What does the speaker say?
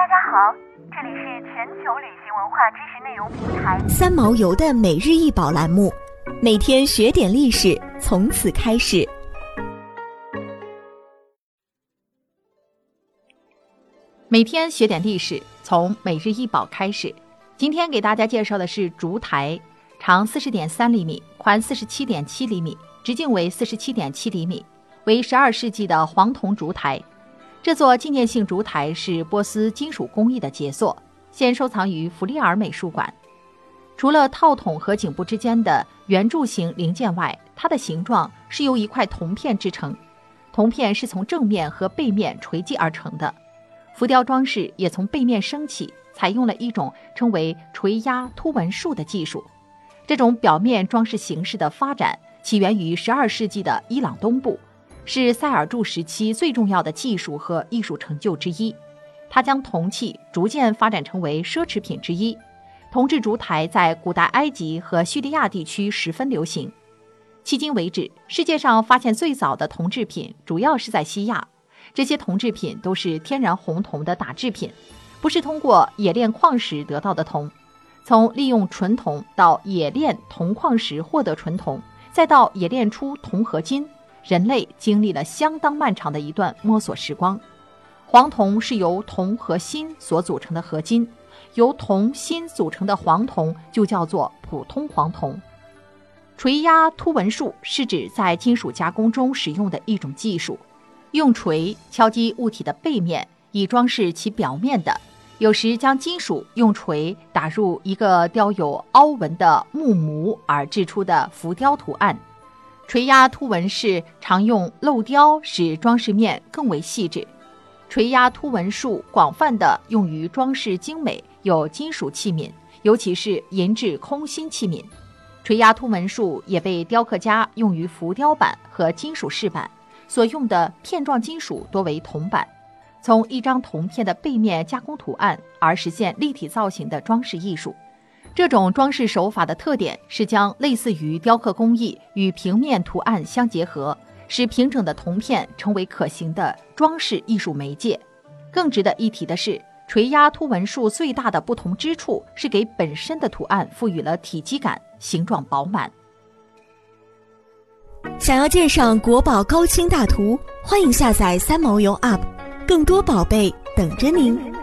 家好，这里是全球旅行文化知识内容平台三毛游的每日一宝栏目，每天学点历史，从此开始。 每天学点历史，从每日一宝开始。今天给大家介绍的是烛台，长40.3厘米，宽47.7厘米，直径为47.7厘米，为12世纪的黄铜烛台。这座纪念性烛台是波斯金属工艺的杰作，现收藏于弗利尔美术馆。除了套筒和颈部之间的圆柱形零件外，它的形状是由一块铜片制成，铜片是从正面和背面垂击而成的。浮雕装饰也从背面升起，采用了一种称为垂压凸纹术的技术。这种表面装饰形式的发展起源于12世纪的伊朗东部，是塞尔柱时期最重要的技术和艺术成就之一。它将铜器逐渐发展成为奢侈品之一。铜制烛台在古代埃及和叙利亚地区十分流行。迄今为止，世界上发现最早的铜制品主要是在西亚。这些铜制品都是天然红铜的打制品，不是通过冶炼矿石得到的铜。从利用纯铜到冶炼铜矿石获得纯铜，再到冶炼出铜合金，人类经历了相当漫长的一段摸索时光。黄铜是由铜和锌所组成的合金，由铜锌组成的黄铜就叫做普通黄铜。垂压凸纹术是指在金属加工中使用的一种技术，用锤敲击物体的背面，以装饰其表面的，有时将金属用锤打入一个雕有凹纹的木模而制出的浮雕图案。垂压凸纹式常用镂雕使装饰面更为细致。垂压凸纹术广泛地用于装饰精美有金属器皿，尤其是银质空心器皿。垂压凸纹术也被雕刻家用于浮雕板和金属饰板，所用的片状金属多为铜板，从一张铜片的背面加工图案而实现立体造型的装饰艺术。这种装饰手法的特点是将类似于雕刻工艺与平面图案相结合，使平整的铜片成为可行的装饰艺术媒介。更值得一提的是，垂压凸纹术最大的不同之处是给本身的图案赋予了体积感，形状饱满。 想要鉴赏国宝高清大图，欢迎下载三毛游 App， 更多宝贝等着您。